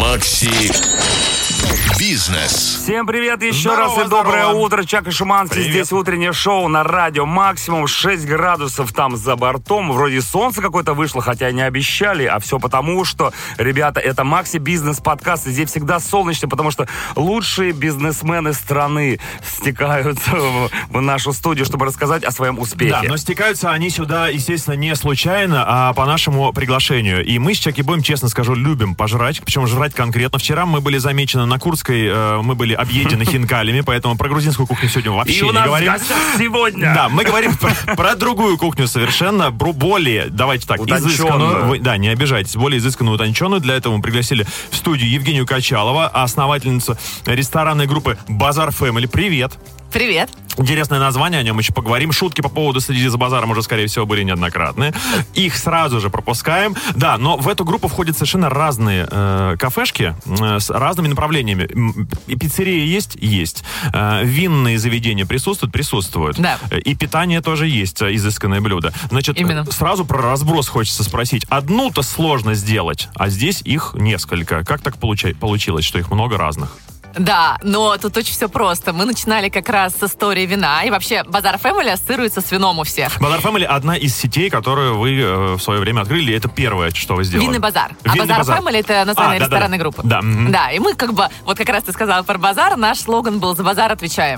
Макси Бизнес. Всем привет еще раз и доброе утро. Чак и Шуманский. Здесь утреннее шоу на радио Максимум. 6 градусов там за бортом. Вроде солнце какое-то вышло, хотя и не обещали. А все потому, что, ребята, это Макси Бизнес подкаст. И здесь всегда солнечно, потому что лучшие бизнесмены страны стекаются в нашу студию, чтобы рассказать о своем успехе. Да, но стекаются они сюда, естественно, не случайно, а по нашему приглашению. И мы с Чаки Боем, честно скажу, любим пожрать. Причем жрать конкретно. Вчера мы были замечены на Курской, мы были объедены хинкалями, поэтому про грузинскую кухню сегодня вообще и не говорим. И у нас в гостях сегодня. Да, мы говорим про другую кухню совершенно, более, давайте так, изысканную. Да, не обижайтесь, более изысканную, утонченную. Для этого мы пригласили в студию Евгению Качалова, основательницу ресторанной группы Базар Фэмили. Привет. Привет. Интересное название, о нем еще поговорим. Шутки по поводу «Следи за базаром» уже, скорее всего, были неоднократные. Их сразу же пропускаем. Да, но в эту группу входят совершенно разные кафешки с разными направлениями. И пиццерия есть? Есть. Винные заведения присутствуют. Да. И питание тоже есть, изысканное блюдо. Значит, именно. Сразу про разброс хочется спросить. Одну-то сложно сделать, а здесь их несколько. Как так получилось, что их много разных? Да, но тут очень все просто. Мы начинали как раз с истории вина. И вообще Базар Фэмили ассоциируется с вином у всех. Базар Фэмили — одна из сетей, которую вы в свое время открыли. Это первое, что вы сделали. Винный базар. А Базар Фэмили — это название ресторанной группы. Да. Да, и мы вот как раз ты сказала про базар, наш слоган был «За базар отвечаем».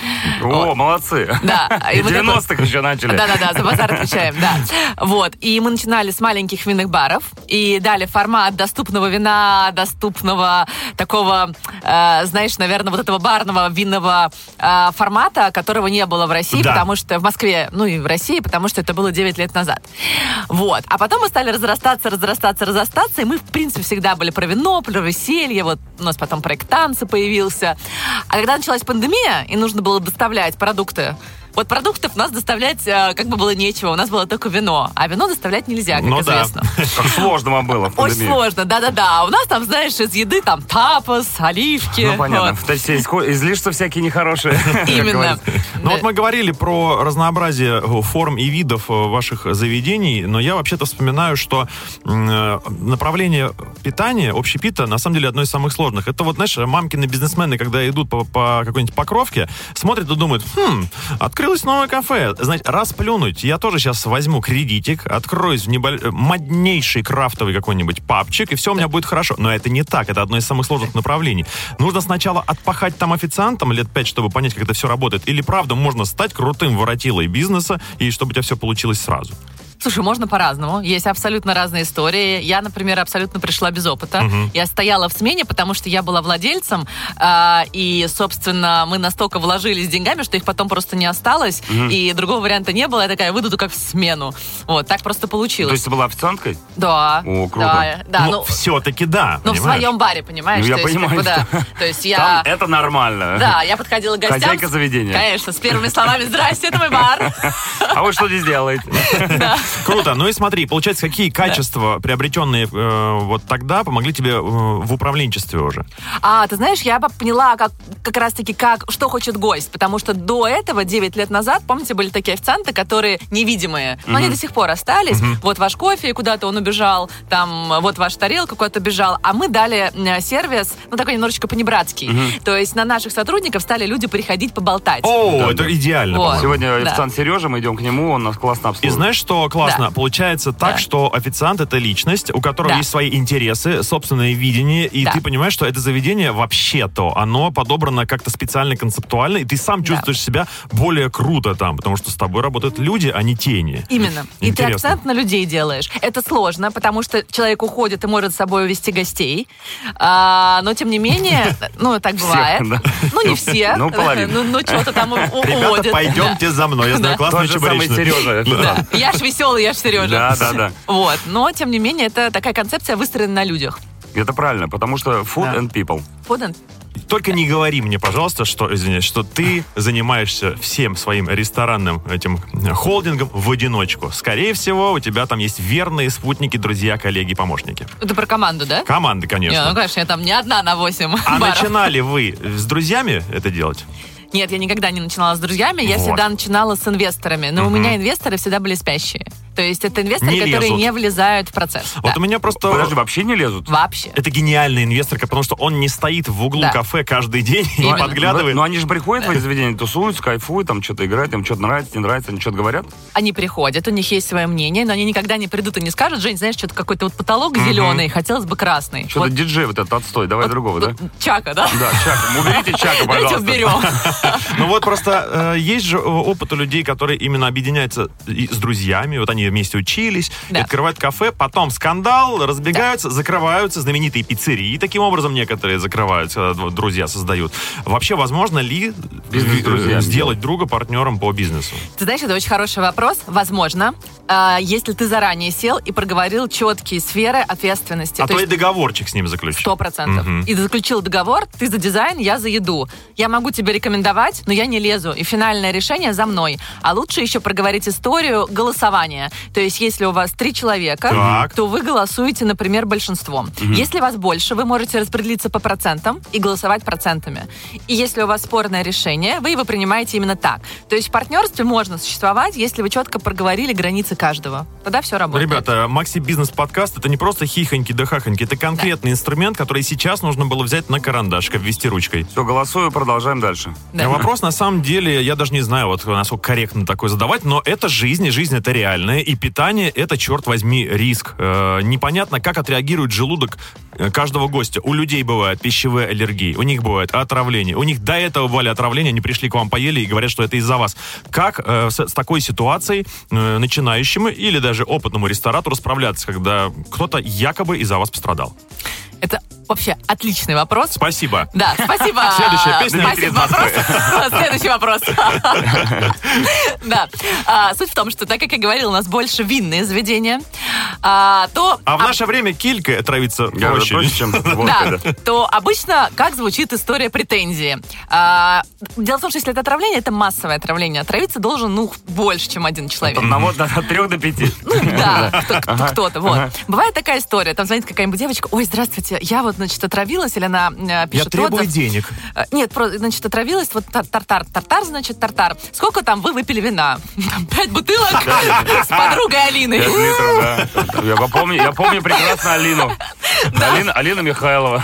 О, молодцы. Да. И в 90-х еще начали. Да, за базар отвечаем, да. Вот. И мы начинали с маленьких винных баров и дали формат доступного вина, доступного такого, знаешь, наверное, вот этого барного винного формата, которого не было в России, да. Потому что в Москве, ну и в России, потому что это было 9 лет назад. Вот. А потом мы стали разрастаться, и мы, в принципе, всегда были про вино, про веселье, вот у нас потом проект танцы появился. А когда началась пандемия, и нужно было доставлять продукты, вот продуктов у нас доставлять как бы было нечего, у нас было только вино. А вино доставлять нельзя, как известно. Да. Как сложно вам было в пандемии. Очень сложно, да. У нас там, знаешь, из еды там тапос, оливки. Ну, понятно. Вот. То есть излишества всякие нехорошие. Именно. Ну, вот мы говорили про разнообразие форм и видов ваших заведений, но я вообще-то вспоминаю, что направление питания, общепита, на самом деле одно из самых сложных. Это вот, знаешь, мамкины бизнесмены, когда идут по какой-нибудь Покровке, смотрят и думают, открылось новое кафе. Знаете, расплюнуть. Я тоже сейчас возьму кредитик, откроюсь в моднейший крафтовый какой-нибудь пабчик, и все у меня будет хорошо. Но это не так. Это одно из самых сложных направлений. Нужно сначала отпахать там официантом лет 5, чтобы понять, как это все работает. Или правда можно стать крутым воротилой бизнеса, и чтобы у тебя все получилось сразу. Слушай, можно по-разному. Есть абсолютно разные истории. Я, например, абсолютно пришла без опыта. Я стояла в смене, потому что я была владельцем, и, собственно, мы настолько вложились деньгами, что их потом просто не осталось, и другого варианта не было. Я такая, выйду как в смену. Вот, так просто получилось. То есть ты была официанткой? Да. О, круто. Да. Ну, все-таки да. Но в своем баре, понимаешь? Ну, я понимаю. То есть я... Там это нормально. Да, я подходила к гостям. Хозяйка заведения. Конечно, с первыми словами: «Здрасте, это мой бар». А вы что здесь делаете? Да. Круто. Ну и смотри, получается, какие качества, приобретенные вот тогда, помогли тебе в управленчестве уже? Ты знаешь, я поняла как раз-таки, что хочет гость. Потому что до этого, 9 лет назад, помните, были такие официанты, которые невидимые. Но они до сих пор остались. Вот ваш кофе, куда-то он убежал. Там, вот ваша тарелка куда-то бежал. А мы дали сервис, такой немножечко понебратский. То есть на наших сотрудников стали люди приходить поболтать. О, это идеально. Вот. Сегодня официант Сережа, мы идем к нему, он нас классно обслуживает. И знаешь, что классно? Получается так, что официант — это личность, у которого есть свои интересы, собственное видение, и ты понимаешь, что это заведение вообще-то, оно подобрано как-то специально, концептуально, и ты сам чувствуешь себя более круто там, потому что с тобой работают люди, а не тени. Именно. Интересно. И ты акцент на людей делаешь. Это сложно, потому что человек уходит и может с собой увести гостей, но тем не менее, так бывает. Ну, не все. Ну, половина. Ну, что-то там уводит. Ребята, пойдемте за мной, я знаю классную чебуречную. Тот же самый Сережа. Я ж веселый, я ж Сережа. Да. Вот. Но, тем не менее, это такая концепция выстроена на людях. Это правильно, потому что food and people. Food and... Только не говори мне, пожалуйста, что ты занимаешься всем своим ресторанным этим холдингом в одиночку. Скорее всего, у тебя там есть верные спутники, друзья, коллеги, помощники. Это про команду, да? Команды, конечно. Конечно, я там не одна на 8 А баров. начинали вы с друзьями это делать? Нет, я никогда не начинала с друзьями, я всегда начинала с инвесторами. Но у меня инвесторы всегда были спящие. То есть это инвесторы, которые не влезают в процесс. Вот у меня просто... Подожди, вообще не лезут? Вообще. Это гениальный инвестор, потому что он не стоит в углу кафе каждый день и подглядывает. Но они же приходят в эти заведения, тусуются, кайфуют, там что-то играют, им что-то нравится, не нравится, они что-то говорят? Они приходят, у них есть свое мнение, но они никогда не придут и не скажут: Жень, знаешь, что-то какой-то вот потолок зеленый, хотелось бы красный. Что-то диджей вот этот отстой, давай другого, да? Чака, да? Да, Чака. Уберите Чака, пожалуйста. Давайте уберем. Ну вот просто есть же опыт у людей, которые именно объединяются с друзьями, вот они вместе учились, открывают кафе, потом скандал, разбегаются, закрываются, знаменитые пиццерии, таким образом некоторые закрываются, друзья создают. Вообще, возможно ли сделать друга партнером по бизнесу? Ты знаешь, это очень хороший вопрос. Возможно, если ты заранее сел и проговорил четкие сферы ответственности. А то и договорчик с ним заключил. 100%. И заключил договор, ты за дизайн, я за еду. Я могу тебе рекомендовать, но я не лезу. И финальное решение за мной. А лучше еще проговорить историю голосования. То есть, если у вас 3 человека, то вы голосуете, например, большинством. Если вас больше, вы можете распределиться по процентам и голосовать процентами. И если у вас спорное решение, вы его принимаете именно так. То есть в партнерстве можно существовать, если вы четко проговорили границы каждого. Тогда все работает. Ребята, Макси Бизнес-подкаст — это не просто хихоньки да хахоньки, это конкретный инструмент, который сейчас нужно было взять на карандашик, обвести ручкой. Все, голосую, продолжаем дальше. Да. Вопрос, на самом деле, я даже не знаю, вот насколько корректно такой задавать, но это жизнь, и жизнь — это реальная, и питание — это, черт возьми, риск. Непонятно, как отреагирует желудок каждого гостя. У людей бывают пищевые аллергии, у них бывает отравление, у них до этого бывали отравления, они пришли к вам, поели и говорят, что это из-за вас. Как с такой ситуацией начинающему или даже опытному ресторатору справляться, когда кто-то якобы из-за вас пострадал? Это вообще отличный вопрос. Спасибо. Да, спасибо. Следующая песня. Спасибо. Следующий вопрос. Да. Суть в том, что, так как я говорила, у нас больше винные заведения, то... А в наше время килькой отравиться проще, чем водкой. Да, то обычно как звучит история претензии? Дело в том, что если это отравление, это массовое отравление. Отравиться должен, больше, чем один человек. От 3 до 5. Да, кто-то, вот. Бывает такая история, там звонит какая-нибудь девочка: ой, здравствуйте, я вот, значит, отравилась, или она пишет: я требую денег. Нет, значит, отравилась, вот тартар, значит, тартар. Сколько там вы выпили вина? 5 бутылок с подругой Алиной. 5 литров, да. Я помню прекрасно Алину. Алина Михайлова.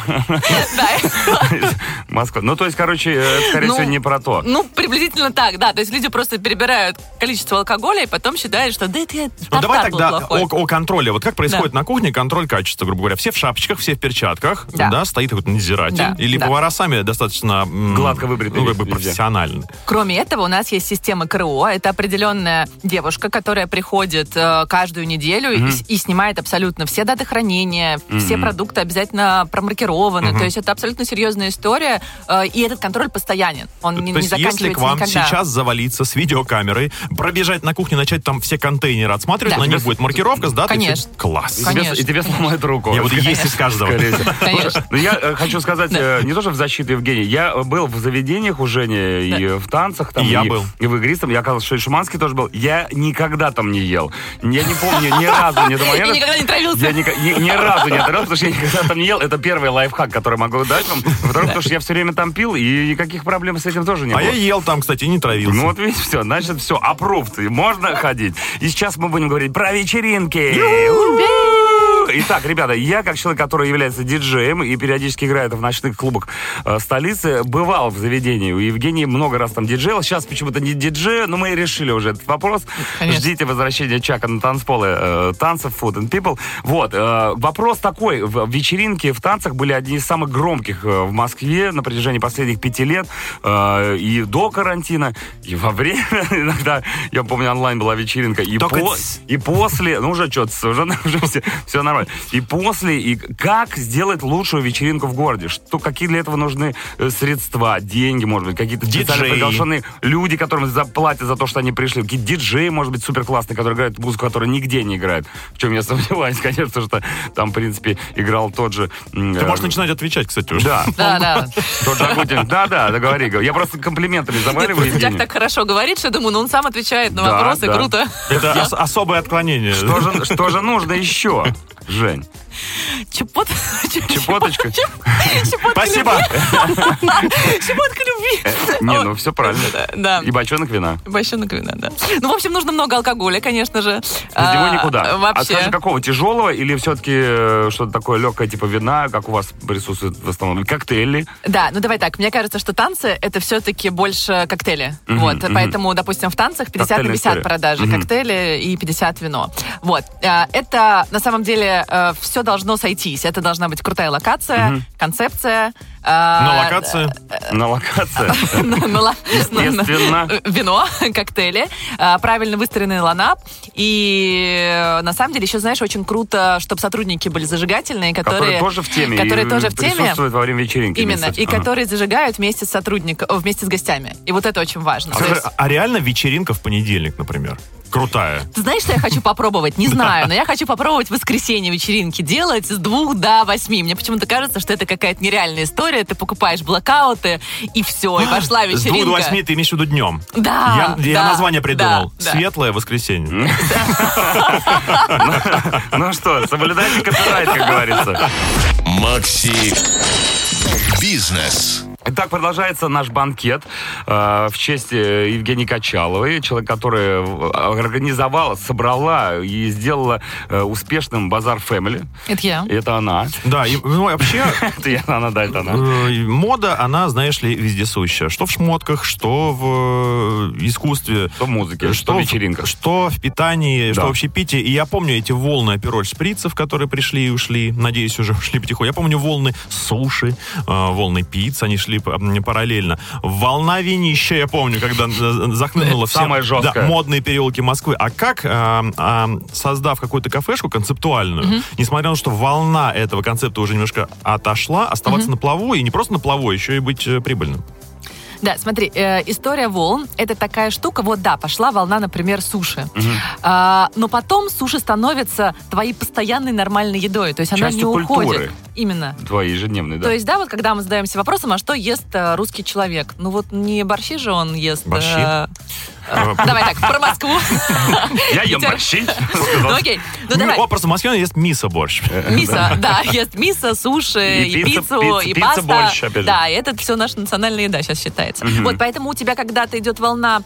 Да. Москва. Ну, то есть, короче, это, скорее всего, не про то. Приблизительно так, да. То есть люди просто перебирают количество алкоголя и потом считают, что да, это тартар давай был тогда плохой. о контроле. Вот как происходит на кухне контроль качества, грубо говоря? Все в шапочках, все в перчатках, да, стоит какой-то надзиратель. Или повара сами достаточно гладко выбритые, профессиональные. Кроме этого, у нас есть система КРО. Это определенная девушка, которая приходит каждую неделю и снимает абсолютно все даты хранения, все продукты обязательно промаркированы. То есть это абсолютно серьезная история, и этот контроль постоянен. Он не заканчивается никогда. Если к вам сейчас завалиться с видеокамерой, пробежать на кухню, начать там все контейнеры отсматривать, на них будет маркировка с датой. Конечно. Класс. И тебе сломают руку. Я буду есть из каждого. Конечно. Но я хочу сказать, не то, что в защиту Евгения, я был в заведениях у Жени и в танцах, там, я был. И в игристом. Я, оказывается, что и Шуманский тоже был. Я никогда там не ел. Я не помню ни разу не думал. И никогда не травился. Я ни разу не отравился, потому что я никогда там не ел. Это первый лайфхак, который могу дать вам. Второй, потому что я все время там пил, и никаких проблем с этим тоже не было. А я ел там, кстати, и не травился. Ну вот видишь, все, значит, все, approved, можно ходить. И сейчас мы будем говорить про вечеринки. Итак, ребята, я, как человек, который является диджеем и периодически играет в ночных клубах столицы, бывал в заведении. У Евгении много раз там диджеил. Сейчас почему-то не диджей, но мы решили уже этот вопрос. Конечно. Ждите возвращения Чака на танцполы танцев Food and People. Вот, вопрос такой. Вечеринки в танцах были одни из самых громких в Москве на протяжении последних 5 лет. И до карантина, и во время. Иногда, я помню, онлайн была вечеринка. И после, ну уже что-то, уже все нормально. И после, и как сделать лучшую вечеринку в городе? Какие для этого нужны средства, деньги, может быть, какие-то специально приглашенные люди, которым заплатят за то, что они пришли. Какие-то диджеи, может быть, супер классные, которые играют музыку, которая нигде не играет. В чем я сомневаюсь, конечно, что там, в принципе, играл тот же... Ты можешь начинать отвечать, кстати, уже. Да. Тот же Агутин. Да, говори. Я просто комплиментами завариваю Евгению. Джак так хорошо говорит, что думаю, он сам отвечает на вопросы, круто. Это особое отклонение. Что же нужно еще? Жень. Чепоточка. Спасибо. Щепотка любви. Не, все правильно. Да. И бочонок вина. Бочонок вина, да. Ну, в общем, нужно много алкоголя, конечно же. Без него никуда. Вообще. А скажи, какого? Тяжелого или все-таки что-то такое легкое, типа вина, как у вас присутствует в основном? Коктейли? Да, ну давай так. Мне кажется, что танцы — это все-таки больше коктейли. Вот, поэтому, допустим, в танцах 50 на 50 продажи. Коктейли и 50 вино. Вот. Это, на самом деле, все должно сойтись. Это должна быть крутая локация, концепция. На локации? На локации. Естественно. Вино, коктейли, правильно выстроенный лайнап. И на самом деле еще, знаешь, очень круто, чтобы сотрудники были зажигательные, которые тоже в теме. Которые тоже в теме. Присутствуют во время вечеринки. Именно. И которые зажигают вместе с вместе с гостями. И вот это очень важно. А реально вечеринка в понедельник, например? Крутая. Ты знаешь, что я хочу попробовать? Не знаю, но я хочу попробовать в воскресенье вечеринки делать с 2 до 8. Мне почему-то кажется, что это какая-то нереальная история. Ты покупаешь блэкауты, и все, и пошла вечеринка. С 2 до 8 ты имеешь в виду днем? Да. Я название придумал. Да. Светлое воскресенье. Ну что, соблюдайте копирайт, как говорится. Макси Бизнес. Итак, продолжается наш банкет в честь Евгении Качаловой, человек, который организовала, собрала и сделала успешным Базар Family. Это я. Это она. Да, вообще... Это она. Мода, она, знаешь ли, вездесущая. Что в шмотках, что в искусстве. Что в музыке, что в вечеринках. Что в питании, что в общепитии. И я помню эти волны апероль-шприцев, которые пришли и ушли. Надеюсь, уже ушли потихоньку. Я помню волны суши, волны пиц, они шли параллельно. Волна винища, я помню, когда захлынула все модные переулки Москвы. А как, создав какую-то кафешку концептуальную, несмотря на то, что волна этого концепта уже немножко отошла, оставаться на плаву, и не просто на плаву, еще и быть прибыльным? Да, смотри, история волн — это такая штука, вот да, пошла волна, например, суши. Но потом суши становится твоей постоянной нормальной едой, то есть она не уходит. Культуры. Именно. Твои ежедневные, да. То есть, да, вот когда мы задаемся вопросом, а что ест русский человек? Ну вот не борщи же он ест. Борщи? Давай так, про Москву. Я ем борщи. Ну окей, ну давай. Просто в Москве ест мисо-борщ. Мисо, да, ест мисо, суши, и пиццу, и паста. Борщ, опять же. Да, и это все наша национальная еда сейчас считается. Вот поэтому у тебя когда-то идет волна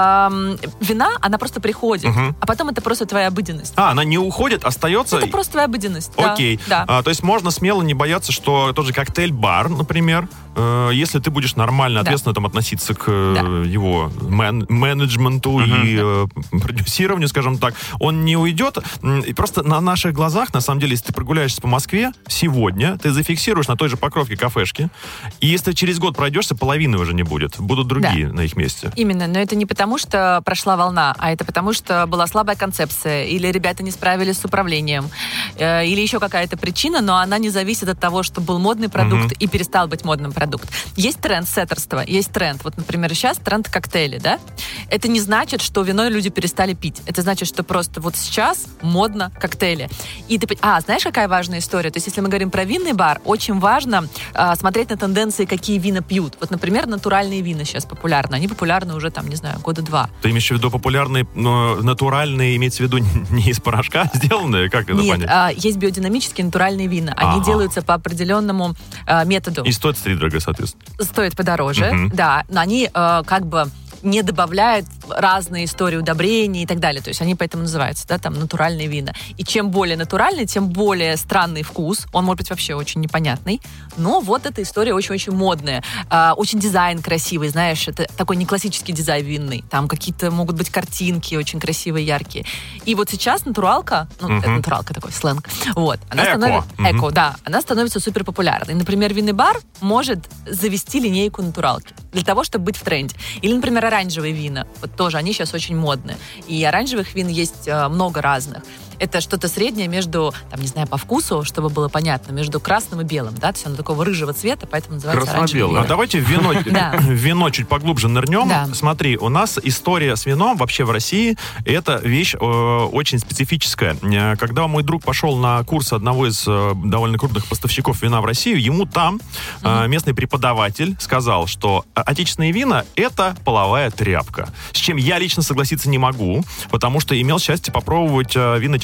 вина, она просто приходит, а потом это просто твоя обыденность. Она не уходит, остается... Это просто твоя обыденность. Окей. Да. То есть можно смело не бояться, что тот же коктейль-бар, например, если ты будешь нормально, ответственно там относиться к его менеджменту и продюсированию, скажем так, он не уйдет. И просто на наших глазах, на самом деле, если ты прогуляешься по Москве сегодня, ты зафиксируешь на той же Покровке кафешки, и если через год пройдешься, половины уже не будет. Будут другие на их месте. Именно, но это не потому, что прошла волна, а это потому, что была слабая концепция, или ребята не справились с управлением, или еще какая-то причина, но она не зависит от того, что был модный продукт и перестал быть модным продуктом. Есть тренд сеттерства, есть тренд. Вот, например, сейчас тренд коктейли, да? Это не значит, что вино люди перестали пить. Это значит, что просто вот сейчас модно коктейли. И ты... знаешь, какая важная история? То есть, если мы говорим про винный бар, очень важно смотреть на тенденции, какие вина пьют. Вот, например, натуральные вина сейчас популярны. Они популярны уже, там, не знаю, года 2. Ты имеешь в виду популярные, но натуральные, имеется в виду не из порошка сделанные? Как это понять? Нет, есть биодинамические натуральные вина. Они делаются по определенному методу. И стоят втридорога, соответственно. Стоят подороже, да. Но они как бы не добавляют разные истории удобрений и так далее. То есть они поэтому называются, да, там, натуральные вина. И чем более натуральный, тем более странный вкус. Он может быть вообще очень непонятный. Но вот эта история очень-очень модная. Очень дизайн красивый, знаешь, это такой не классический дизайн винный. Там какие-то могут быть картинки очень красивые, яркие. И вот сейчас натуралка, это натуралка такой сленг, вот, она становится... да, она становится супер популярной. Например, винный бар может завести линейку натуралки для того, чтобы быть в тренде. Или, например, оранжевые вина. Вот тоже они сейчас очень модные. И оранжевых вин есть много разных. Это что-то среднее между, там, не знаю, по вкусу, чтобы было понятно, между красным и белым, да, то есть оно такого рыжего цвета, поэтому называется оранжевый. А давайте в вино чуть поглубже нырнем. Да. Смотри, у нас история с вином вообще в России, это вещь очень специфическая. Когда мой друг пошел на курс одного из довольно крупных поставщиков вина в Россию, ему там местный преподаватель сказал, что отечественные вина — это половая тряпка. С чем я лично согласиться не могу, потому что имел счастье попробовать вина тех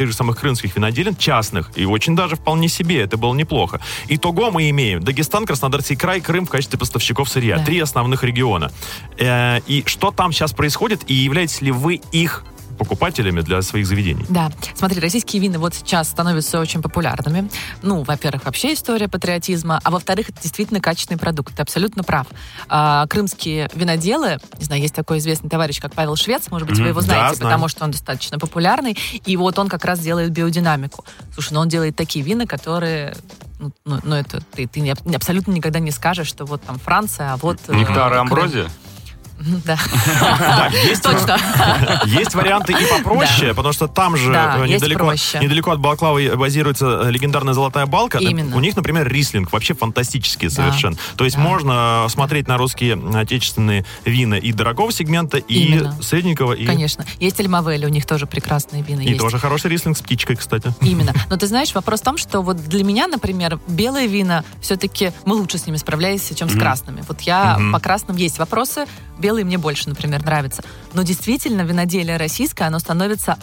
тех же самых крымских виноделин, частных, и очень даже вполне себе, это было неплохо. Итого мы имеем Дагестан, Краснодарский край, Крым в качестве поставщиков сырья. Да. 3 основных региона. И что там сейчас происходит, и являетесь ли вы их покупателями для своих заведений? Да. Смотри, российские вина вот сейчас становятся очень популярными. Ну, во-первых, вообще история патриотизма, а во-вторых, это действительно качественный продукт. Ты абсолютно прав. Крымские виноделы, не знаю, есть такой известный товарищ, как Павел Швец, может быть, вы его знаете, да, потому что он достаточно популярный, и вот он как раз делает биодинамику. Слушай, он делает такие вина, которые... Ну, это ты абсолютно никогда не скажешь, что вот там Франция, а вот... Нектар и амброзия? Да. Есть, точно. Есть варианты и попроще, да. Потому что там же недалеко от Балаклавы базируется легендарная «Золотая балка». Именно. У них, например, рислинг вообще фантастический совершенно. То есть можно смотреть на русские отечественные вина и дорогого сегмента, и средненького. Конечно. Есть Эльмавель, у них тоже прекрасные вина. И тоже хороший рислинг с птичкой, кстати. Именно. Но ты знаешь, вопрос в том, что вот для меня, например, белые вина, все-таки мы лучше с ними справляемся, чем с красными. Вот я по красным есть вопросы, белые мне больше, например, нравятся. Но действительно, виноделие российское, оно становится...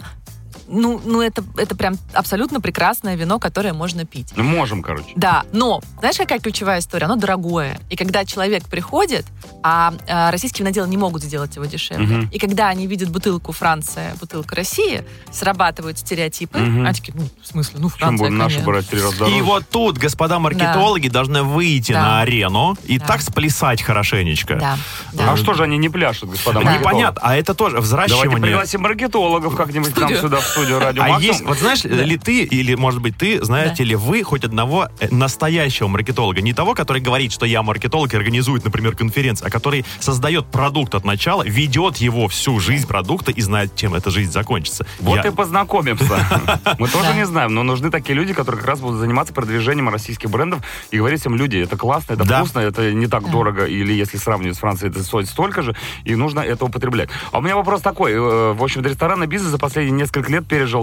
это прям абсолютно прекрасное вино, которое можно пить. Можем, короче. Да, но знаешь, какая ключевая история? Оно дорогое. И когда человек приходит, а российские виноделы не могут сделать его дешевле. И когда они видят бутылку Франция, бутылку России, срабатывают стереотипы. Они такие, в смысле, Франция, чем будем наши брать 3 раза дороже? И вот тут господа маркетологи должны выйти на арену и так сплясать хорошенечко. Да. А что же они не пляшут, господа маркетологи? Непонятно, а это тоже взращивание. Давайте пригласим маркетологов как-нибудь к нам сюда в студию Радио Максимум. Есть, вот знаешь ли ты, или, может быть, ты, знаете ли вы хоть одного настоящего маркетолога? Не того, который говорит, что я маркетолог и организует, например, конференцию, а который создает продукт от начала, ведет его всю жизнь продукта и знает, чем эта жизнь закончится. Вот и познакомимся. Мы тоже не знаем, но нужны такие люди, которые как раз будут заниматься продвижением российских брендов и говорить им: люди, это классно, это вкусно, это не так дорого, или если сравнивать с Францией, это стоит столько же, и нужно это употреблять. А у меня вопрос такой. В общем-то, ресторанный бизнес за последние несколько лет пережил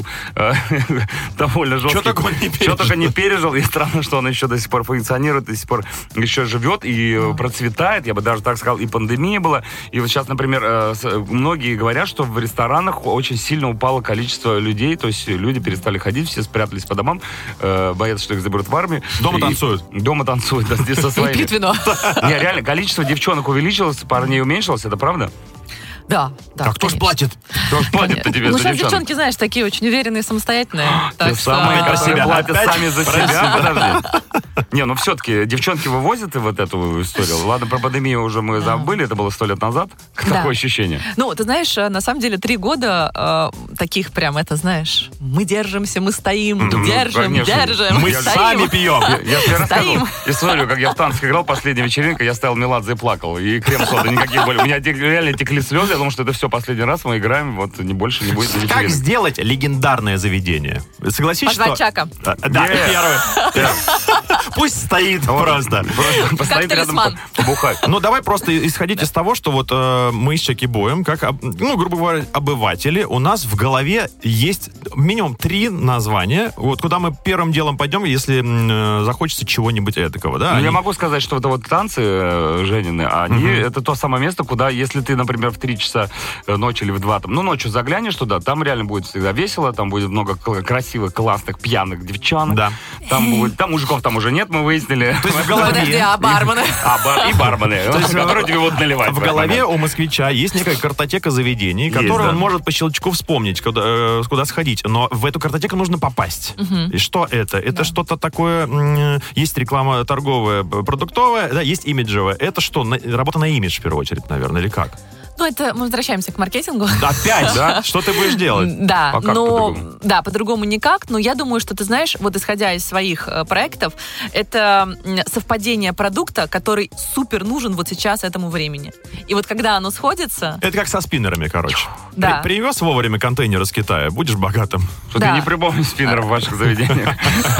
довольно жесткий... Что только не пережил. И странно, что он еще до сих пор функционирует, до сих пор еще живет и процветает. Я бы даже так сказал, и пандемия была. И вот сейчас, например, многие говорят, что в ресторанах очень сильно упало количество людей. То есть люди перестали ходить, все спрятались по домам, боятся, что их заберут в армию. Дома танцуют. Дома танцуют, да, со своими. И пьют вино. Не, реально, количество девчонок увеличилось, парней уменьшилось, это правда? Да. А кто ж платит? Кто ж платит-то тебе за сейчас девчонки, знаешь, такие очень уверенные, самостоятельные. Самые, которые платят сами за себя. Подожди. Не, все-таки девчонки вывозят и вот эту историю. Ладно, про пандемию уже мы забыли, это было 100 лет назад. Какое ощущение? Ты знаешь, на самом деле 3 года таких прям, это знаешь, мы держимся, мы стоим, держим. Мы сами пьем. Я тебе рассказывал историю, как я в танцах играл, последняя вечеринка, я стоял Меладзе и плакал. И крем-сода, никаких более. У меня реально текли слезы, я думал, что это все последний раз, мы играем, вот не больше не будет вечеринок. Как сделать легендарное заведение? Согласись, что... Позвать Чака. Да, первый. Пусть стоит просто. Постоит рядом, побухать. Давай просто исходить из того, что вот мы с Чаки-боем, как, грубо говоря, обыватели, у нас в голове есть минимум 3 названия, вот куда мы первым делом пойдем, если захочется чего-нибудь этакого, да? Я могу сказать, что это вот танцы Женины, они это то самое место, куда, если ты, например, в 3 часа ночи или в 2, ночью заглянешь туда, там реально будет всегда весело, там будет много красивых, классных, пьяных девчонок. Да. Там мужиков там уже нет, мы выяснили. То есть в голове... Подожди, а бармены? И бармены. То есть вроде будут наливать. В голове у москвича есть некая картотека заведений, которую он может по щелчку вспомнить, куда сходить. Но в эту картотеку нужно попасть. И что это? Это что-то такое... Есть реклама торговая, продуктовая, да, есть имиджевая. Это что? Работа на имидж, в первую очередь, наверное, или как? Это мы возвращаемся к маркетингу. Опять, да? Что ты будешь делать? Да, по-другому никак. Но я думаю, что ты знаешь, вот исходя из своих проектов, это совпадение продукта, который супер нужен вот сейчас этому времени. И вот когда оно сходится... Это как со спиннерами, короче. Да. Привез вовремя контейнер из Китая, будешь богатым. Что ты не припомнишь спиннеров в ваших заведениях.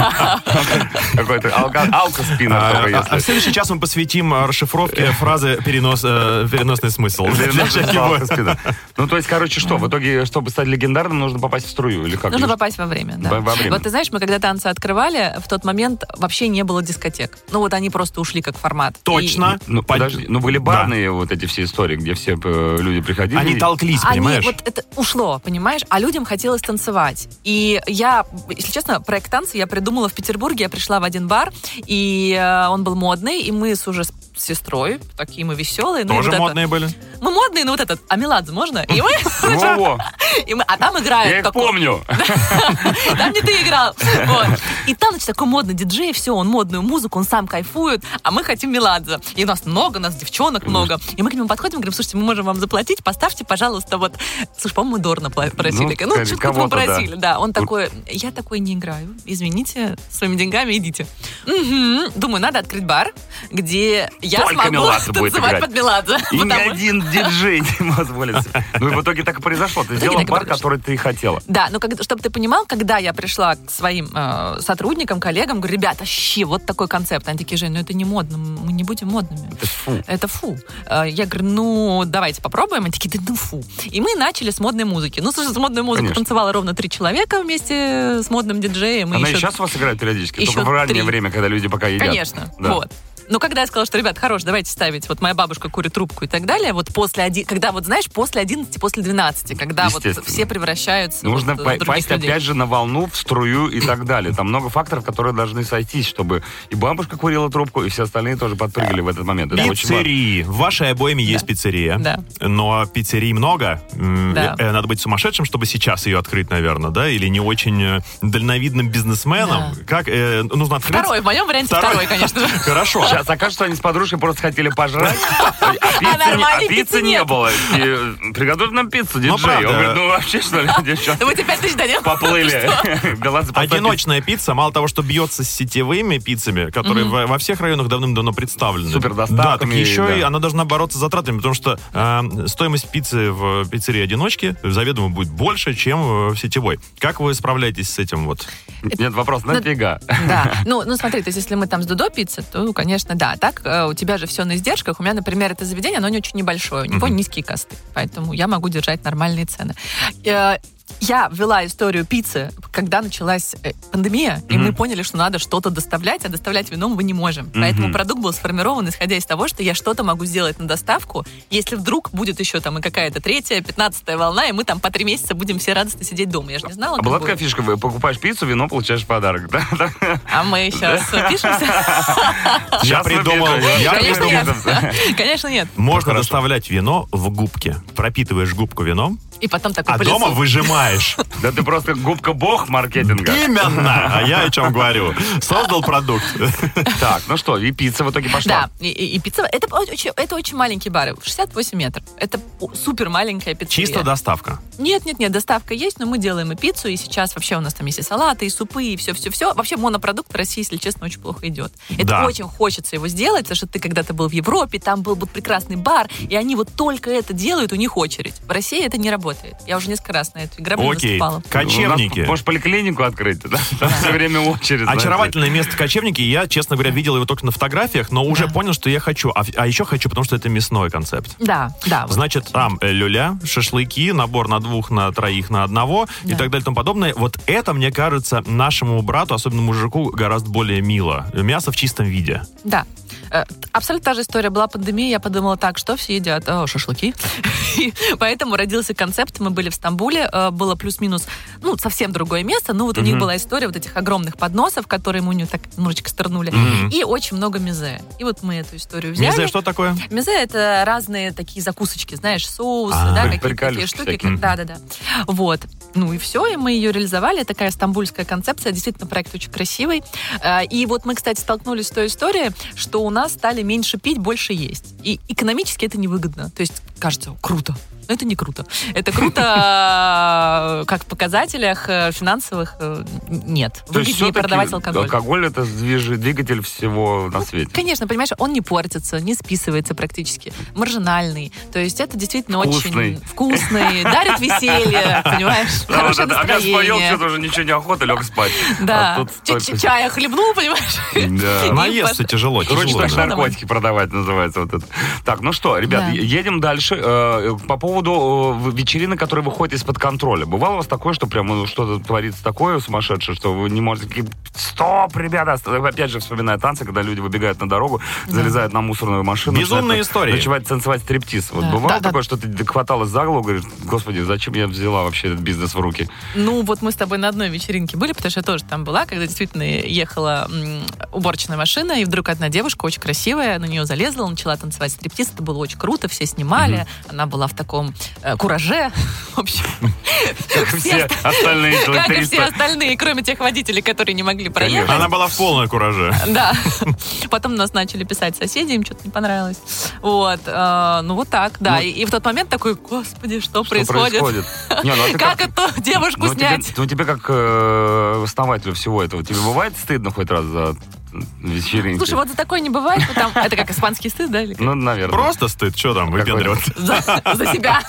Какой-то алко-спиннер. А в следующий час мы посвятим расшифровке фразы «переносный смысл». Ну, то есть, короче, что? В итоге, чтобы стать легендарным, нужно попасть в струю? Или как? Нужно попасть во время, да. Вот ты знаешь, мы когда танцы открывали, в тот момент вообще не было дискотек. Ну, вот они просто ушли как формат. Точно. Ну, подожди, были барные вот эти все истории, где все люди приходили. Они толклись, понимаешь? Вот это ушло, понимаешь? А людям хотелось танцевать. И я, если честно, проект танцы я придумала в Петербурге. Я пришла в один бар, и он был модный, и мы с сестрой, такие мы веселые. Тоже модные были? Мы модные, но вот этот, а Меладзе можно? И мы... А там играют... Я их помню. Там не ты играл. И там, значит, такой модный диджей, все, он модную музыку, он сам кайфует, а мы хотим Меладзе. И нас много, нас девчонок много. И мы к нему подходим, говорим, слушайте, мы можем вам заплатить, поставьте, пожалуйста, вот... Слушай, по-моему, мы Дорна просили. Ну, чуть-чуть мы просили, да. Он такой, я такой не играю, извините, своими деньгами идите. Думаю, надо открыть бар, где я смогу танцевать под Меладзе. И ни один диджей не позволит. Ну и в итоге так и произошло. Ты сделала бар, который ты хотела. Да, но чтобы ты понимал, когда я пришла к своим сотрудникам, коллегам, говорю, ребята, вот такой концепт. Они такие, Жень, ну это не модно, мы не будем модными. Это фу. Я говорю, ну давайте попробуем. Они такие, да фу. И мы начали с модной музыки. Ну, слушай, с модной музыкой танцевало ровно 3 человека вместе с модным диджеем. Она и сейчас у вас играет периодически? Только в раннее время, когда люди пока едят. Конечно, вот. Но когда я сказала, что, ребят, хорош, давайте ставить, вот моя бабушка курит трубку и так далее, вот когда, вот знаешь, после 11, после 12, когда вот все превращаются нужно в других пасть людей. Опять же на волну, в струю и так далее. Там много факторов, которые должны сойтись, чтобы и бабушка курила трубку, и все остальные тоже подпрыгали в этот момент. Пиццерии. В вашей обойме есть пиццерия. Да. Но пиццерий много. Да. Надо быть сумасшедшим, чтобы сейчас ее открыть, наверное, да? Или не очень дальновидным бизнесменом. Да. Как? Нужно открыть? В моем варианте второй, конечно. Хорошо. Сейчас окажется, что они с подружкой просто хотели пожрать, а пиццы не было. Приготовь нам пиццу, диджей. Он говорит, ну вообще, что ли, девчонки? Мы тебе 5 тысяч дадим. Поплыли. Одиночная пицца, мало того, что бьется с сетевыми пиццами, которые во всех районах давным-давно представлены. Супердоставками. Да, так еще и она должна бороться с затратами, потому что стоимость пиццы в пиццерии одиночки заведомо будет больше, чем в сетевой. Как вы справляетесь с этим вот? Нет, вопрос, нафига? Да, ну смотри, то есть если мы там с Дудо пицца, то, конечно, да. Так у тебя же все на издержках. У меня, например, это заведение, оно не очень небольшое. У него низкие косты. Поэтому я могу держать нормальные цены. Я ввела историю пиццы, когда началась пандемия, и мы поняли, что надо что-то доставлять, а доставлять вино мы не можем. Поэтому продукт был сформирован, исходя из того, что я что-то могу сделать на доставку, если вдруг будет еще там и какая-то 3-я, 15-я волна, и мы там по 3 месяца будем все радостно сидеть дома. Я же не знала, была такая фишка, вы покупаешь пиццу, вино, получаешь подарок, да? А мы сейчас пишемся? Я придумал. Конечно, нет. Можно доставлять вино в губке. Пропитываешь губку вином, и потом такой а дома выжимаешь. Да ты просто губка-бог маркетинга. Именно! А я о чем говорю. Создал продукт. Так, ну что, и пицца в итоге пошла. Да, и пицца. Это очень маленькие бары, 68 метров. Это супер маленькая пиццерия. Чисто доставка? Нет, доставка есть, но мы делаем и пиццу, и сейчас вообще у нас там есть и салаты, и супы, и все. Вообще монопродукт в России, если честно, очень плохо идет. Это очень хочется его сделать, потому что ты когда-то был в Европе, там был прекрасный бар, и они вот только это делают, у них очередь. В России это не работает. Я уже несколько раз на эту граблю наступала. Кочевники. Можешь поликлинику открыть, да? Там все время очередь. Очаровательное место Кочевники. Я, честно говоря, видел его только на фотографиях, но уже понял, что я хочу. А еще хочу, потому что это мясной концепт. Да. Значит, там люля, шашлыки, набор на 2, на 3, на 1 и так далее и тому подобное. Вот это, мне кажется, нашему брату, особенно мужику, гораздо более мило. Мясо в чистом виде. Да. Абсолютно та же история. Была пандемия, я подумала, так, что все едят? Шашлыки. И поэтому родился концепт. Мы были в Стамбуле, было плюс-минус, совсем другое место, но вот у них была история вот этих огромных подносов, которые мы у них так немножечко сторнули, и очень много мезе. И вот мы эту историю взяли. Мезе что такое? Мезе — это разные такие закусочки, знаешь, соусы, какие-то такие штуки. Да. Вот. Ну и все, и мы ее реализовали. Такая стамбульская концепция, действительно, проект очень красивый. И вот мы, кстати, столкнулись с той историей, что у нас стали меньше пить, больше есть. И экономически это невыгодно. То есть, кажется, круто. Но это не круто. Это круто, как в показателях финансовых, нет. Выгоднее продавать алкоголь. Алкоголь — это двигатель всего на свете. Конечно, понимаешь, он не портится, не списывается практически. Маржинальный. То есть это действительно очень вкусный, дарит веселье, понимаешь? Хорошее настроение. А мясо поел, что-то уже ничего не охота, лег спать. Да. Чая хлебнул, понимаешь? Да. Наесться тяжело. Короче, так наркотики продавать называется вот это. Так, ну что, ребят, едем дальше. Слушай, по поводу вечеринок, которые выходят из-под контроля. Бывало у вас такое, что прям что-то творится такое сумасшедшее, что вы не можете... Стоп, ребята! Опять же, вспоминая танцы, когда люди выбегают на дорогу, залезают на мусорную машину. Безумные истории. Начинают танцевать стриптиз. Вот бывало такое, что ты хваталась за голову, говоришь, господи, зачем я взяла вообще этот бизнес в руки? Ну, вот мы с тобой на одной вечеринке были, потому что я тоже там была, когда действительно ехала уборочная машина, и вдруг одна девушка очень красивая, на нее залезла, начала танцевать стриптиз. Это было очень круто, все снимали. Она была в таком кураже. В общем, как все остальные. Как и все остальные, кроме тех водителей, которые не могли проехать. Она была в полной кураже. Да. Потом нас начали писать соседи, им что-то не понравилось. Вот. Ну, вот так, да. И в тот момент такой, господи, что происходит? Как эту девушку снять? Ну, тебе как основателю всего этого, тебе бывает стыдно хоть раз за вечеринки? Слушай, вот за такое не бывает, потому... Это как испанский стыд, да? Ну, наверное. Просто стыд, что там выпендриваться? За себя.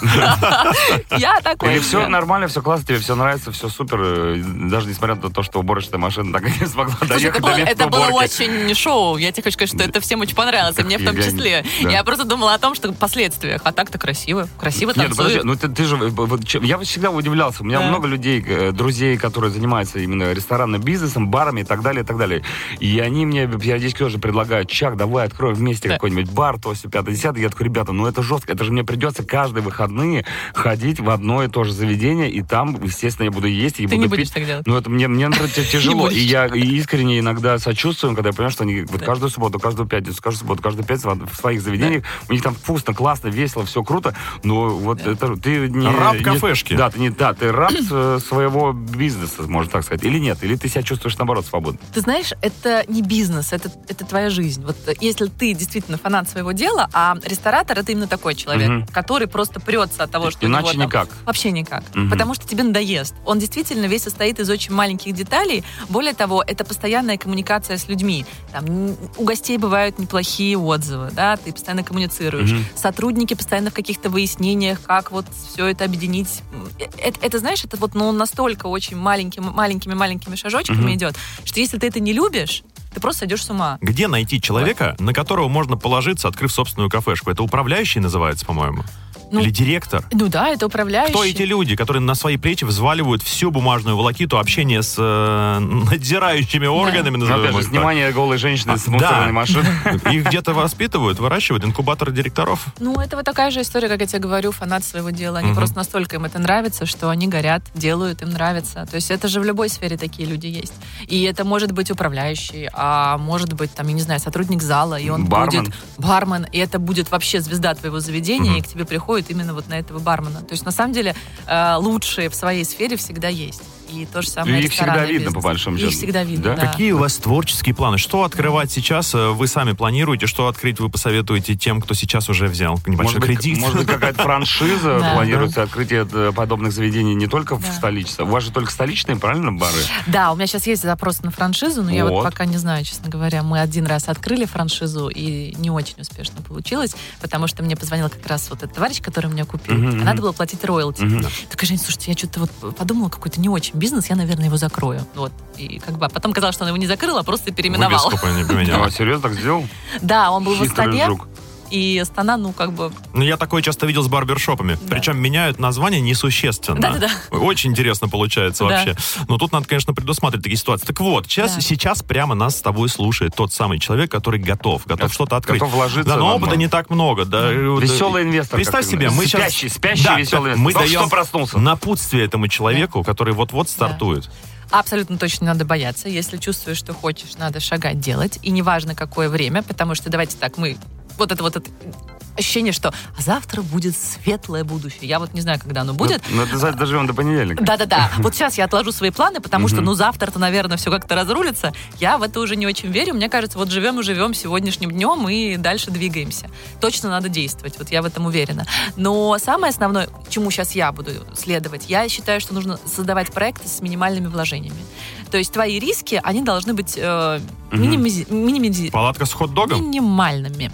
Я такой. Или все нормально, все классно, тебе все нравится, все супер, даже несмотря на то, что уборочная машина так и не смогла доехать до места это было уборки. очень шоу. Я тебе хочу сказать, что это всем очень понравилось, и мне в том числе. Я просто думала о том, что последствиях. А так-то красиво. Красиво танцуют. Ну, ты же... Я всегда удивлялся. У меня много людей, друзей, которые занимаются именно ресторанным бизнесом, барами и так далее, и так далее. И они мне периодически тоже предлагают: Чак, давай откроем вместе какой-нибудь бар, то, все, 5-10. Я такой, ребята, ну это жестко. Это же мне придется каждые выходные ходить в одно и то же заведение, и там, естественно, я буду есть и ты буду не будешь пить. так делать. Ну, это мне например, тяжело. И я искренне иногда сочувствую, когда я понимаю, что они вот каждую субботу, каждую пятницу, каждую субботу, каждую пятницу в своих заведениях, у них там вкусно, классно, весело, все круто, но вот это ты не... Раб кафешки. Ты раб своего бизнеса, можно так сказать. Или нет? Или ты себя чувствуешь, наоборот, свободно? Ты знаешь, это не бизнес, это твоя жизнь. Вот если ты действительно фанат своего дела, а ресторатор — это именно такой человек, который просто прется от того, что иначе у него там... никак. Вообще никак. Потому что тебе надоест. Он действительно весь состоит из очень маленьких деталей. Более того, это постоянная коммуникация с людьми. Там, у гостей бывают неплохие отзывы, да, ты постоянно коммуницируешь. Сотрудники постоянно в каких-то выяснениях, как вот все это объединить. Это знаешь, это вот настолько очень маленькими шажочками идет, что если ты это не любишь, ты просто сойдешь с ума. Где найти человека, на которого можно положиться, открыв собственную кафешку? Это управляющий называется, по-моему? Или директор? Ну да, это управляющий. Кто эти люди, которые на свои плечи взваливают всю бумажную волокиту общения с надзирающими органами, назовем их так? Снимание голой женщины с мусорной машины. Их где-то воспитывают, выращивают, инкубатор директоров? Ну, это вот такая же история, как я тебе говорю, фанат своего дела. Они просто настолько им это нравится, что они горят, делают, им нравится. То есть это же в любой сфере такие люди есть. И это может быть управляющий, а может быть, там, я не знаю, сотрудник зала, и он будет бармен, и это будет вообще звезда твоего заведения, и к тебе приходит именно вот на этого бармена. То есть, на самом деле, лучшие в своей сфере всегда есть. И то же самое их всегда видно, по большому счету. Их всегда видно, да. Какие у вас творческие планы? Что открывать сейчас вы сами планируете? Что открыть вы посоветуете тем, кто сейчас уже взял небольшой кредит? Может быть, какая-то франшиза планируется, открытие подобных заведений не только в столице. У вас же только столичные, правильно, бары? Да, у меня сейчас есть запрос на франшизу, но я вот пока не знаю, честно говоря. Мы один раз открыли франшизу, и не очень успешно получилось, потому что мне позвонил как раз вот этот товарищ, который меня купил, а надо было платить роялти. Такая, Жень, слушайте, я что-то вот подумала, какой-то не очень бизнес, я, наверное, его закрою. Вот. И как бы, а потом казалось, что он его не закрыл, а просто переименовал. Серьезно так сделал? Да, он был в Астане. И Астана, ну, как бы... Ну, я такое часто видел с барбершопами. Да. Причем меняют название несущественно. Да-да-да. Очень интересно получается вообще. Но тут надо, конечно, предусматривать такие ситуации. Так вот, сейчас прямо нас с тобой слушает тот самый человек, который готов что-то открыть. Готов вложиться. Да, но опыта не так много. Да. Веселый инвестор. Представь себе, мы спящий веселый инвестор. Мы даем напутствие этому человеку, который вот-вот стартует. Абсолютно точно не надо бояться. Если чувствуешь, что хочешь, надо шагать, делать. И неважно, какое время, потому что, давайте так, вот это ощущение, что завтра будет светлое будущее. Я вот не знаю, когда оно будет. Но доживем до понедельника. Да-да-да. Вот сейчас я отложу свои планы, потому что, завтра-то, наверное, все как-то разрулится. Я в это уже не очень верю. Мне кажется, вот живем сегодняшним днем и дальше двигаемся. Точно надо действовать. Вот я в этом уверена. Но самое основное, чему сейчас я буду следовать, я считаю, что нужно создавать проекты с минимальными вложениями. То есть твои риски, они должны быть Палатка с хот-догом? Минимальными.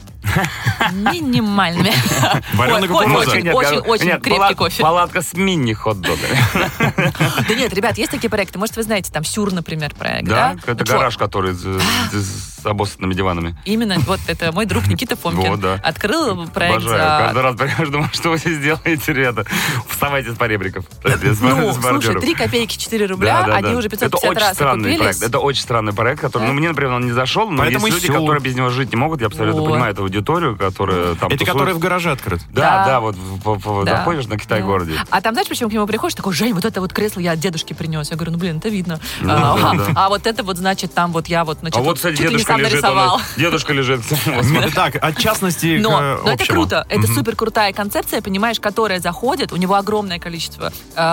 Вареный кукуруза. Очень крепкий кофе. Палатка с мини-хот-догами. Да нет, ребят, есть такие проекты. Может, вы знаете, там Сюр, например, проект. Да? Это гараж, который с обоссанными диванами. Именно, вот это мой друг Никита Фомкин. Вот, да. Открыл проект. Обожаю. Каждый раз приходишь, думаю, что вы здесь делаете, ребята. Вставайте с поребриков. Слушай, 3 копейки 4 рубля, они уже 550 раз окупились. Это очень странный проект, который, мне, например, он не зашел, но есть люди, которые без него жить не могут. Я абсолютно понимаю эту аудиторию, которая там это которые в гараже открыт. Да, вот заходишь на Китай-городе. А там, знаешь, почему к нему приходишь, такой: Жень, вот это вот кресло я от дедушки принес. Я говорю, это видно. А вот это вот, значит, там вот я вот, значит, а вот, кстати, чуть ли не сам лежит, нарисовал. Дедушка лежит. Так, от частности к Но это общему. круто. Это супер крутая концепция, понимаешь, которая заходит. У него огромное количество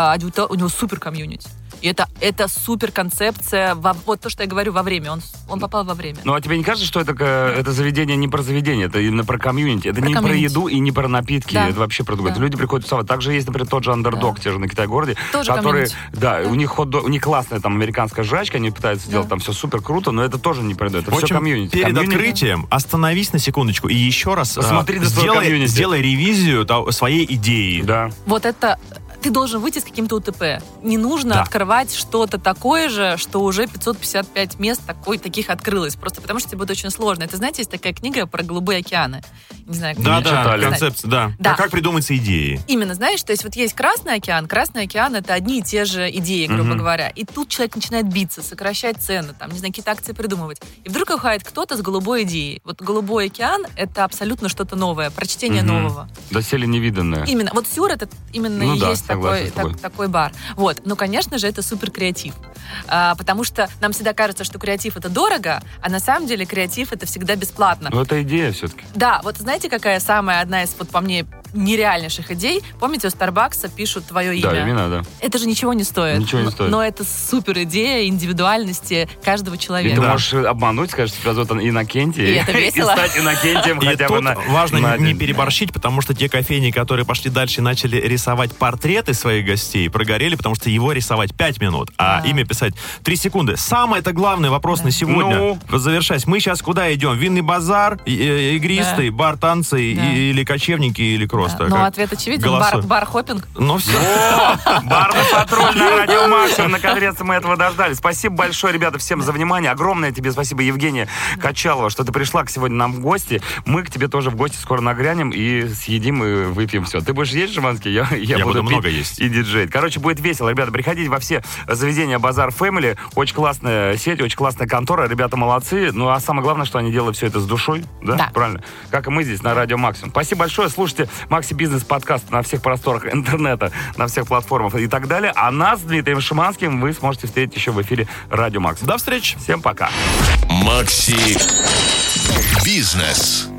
у него супер комьюнити. И это супер концепция. Вот то, что я говорю, во время. Он попал во время. Ну, а тебе не кажется, что это заведение не про заведение, это именно про комьюнити? Это не про еду и не про напитки. Да. Это вообще про другое. Да. Люди приходят тусовать. Также есть, например, тот же Underdog, те же на Китай-городе, тоже которые, комьюнити. у них классная там американская жрачка, они пытаются сделать там все супер круто, но это тоже не про это. Это В все общем, комьюнити. перед открытием остановись на секундочку и еще раз Посмотри на свое комьюнити. сделай ревизию своей идеи. Да. Вот это... Ты должен выйти с каким-то УТП. Не нужно открывать что-то такое же, что уже 555 мест таких открылось. Просто потому что тебе будет очень сложно. Это, знаете, есть такая книга про голубые океаны. Не знаю, Да, читали. концепция, Да. Как придуматься идеи. Именно, знаешь, то есть вот есть Красный океан. Красный океан — это одни и те же идеи, грубо говоря. И тут человек начинает биться, сокращать цены, там, не знаю, какие-то акции придумывать. И вдруг выходит кто-то с голубой идеей. Вот Голубой океан — это абсолютно что-то новое, прочтение нового. Доселе невиданное. Именно. Вот Сюр — это именно и есть такой бар. Вот. Ну, конечно же, это супер креатив. Потому что нам всегда кажется, что креатив — это дорого, а на самом деле креатив — это всегда бесплатно. Но это идея все-таки. Да, вот знаете, какая одна из, вот по мне, нереальнейших идей? Помните, у Старбакса пишут твое имя? Да, имена, да. Это же ничего не стоит. Ничего не стоит. Но это супер идея индивидуальности каждого И человека. ты можешь обмануть, сказать, что тебя зовут Иннокентий. И это весело. И стать Иннокентием И хотя бы тут на... важно не переборщить, потому что те кофейни, которые пошли дальше и начали рисовать портреты своих гостей, прогорели, потому что его рисовать 5 минут, а имя писать 3 секунды. Самый-то главный вопрос на сегодня. Завершаясь. Мы сейчас куда идем? Винный базар, игристый, бар танцы или кочевники, или кросс-то? Ну, ответ очевиден. Бар-хоппинг. Ну, все. Барный патруль на Радио Максимум. Наконец-то мы этого дождались. Спасибо большое, ребята, всем за внимание. Огромное тебе спасибо, Евгения Качалова, что ты пришла сегодня нам в гости. Мы к тебе тоже в гости скоро нагрянем и съедим и выпьем все. Ты будешь есть шампанский? Я буду много пить есть. И диджеить. Короче, будет весело. Ребята, приходите во все заведения Базар Family. Очень классная сеть, очень классная контора. Ребята молодцы. Ну, а самое главное, что они делают все это с душой. Да? Правильно? Как и мы здесь на Радио Максимум. Спасибо большое. Слушайте Макси Бизнес подкаст на всех просторах интернета, на всех платформах и так далее. А нас с Дмитрием Шиманским вы сможете встретить еще в эфире Радио Максимум. До встречи. Всем пока. Макси Бизнес.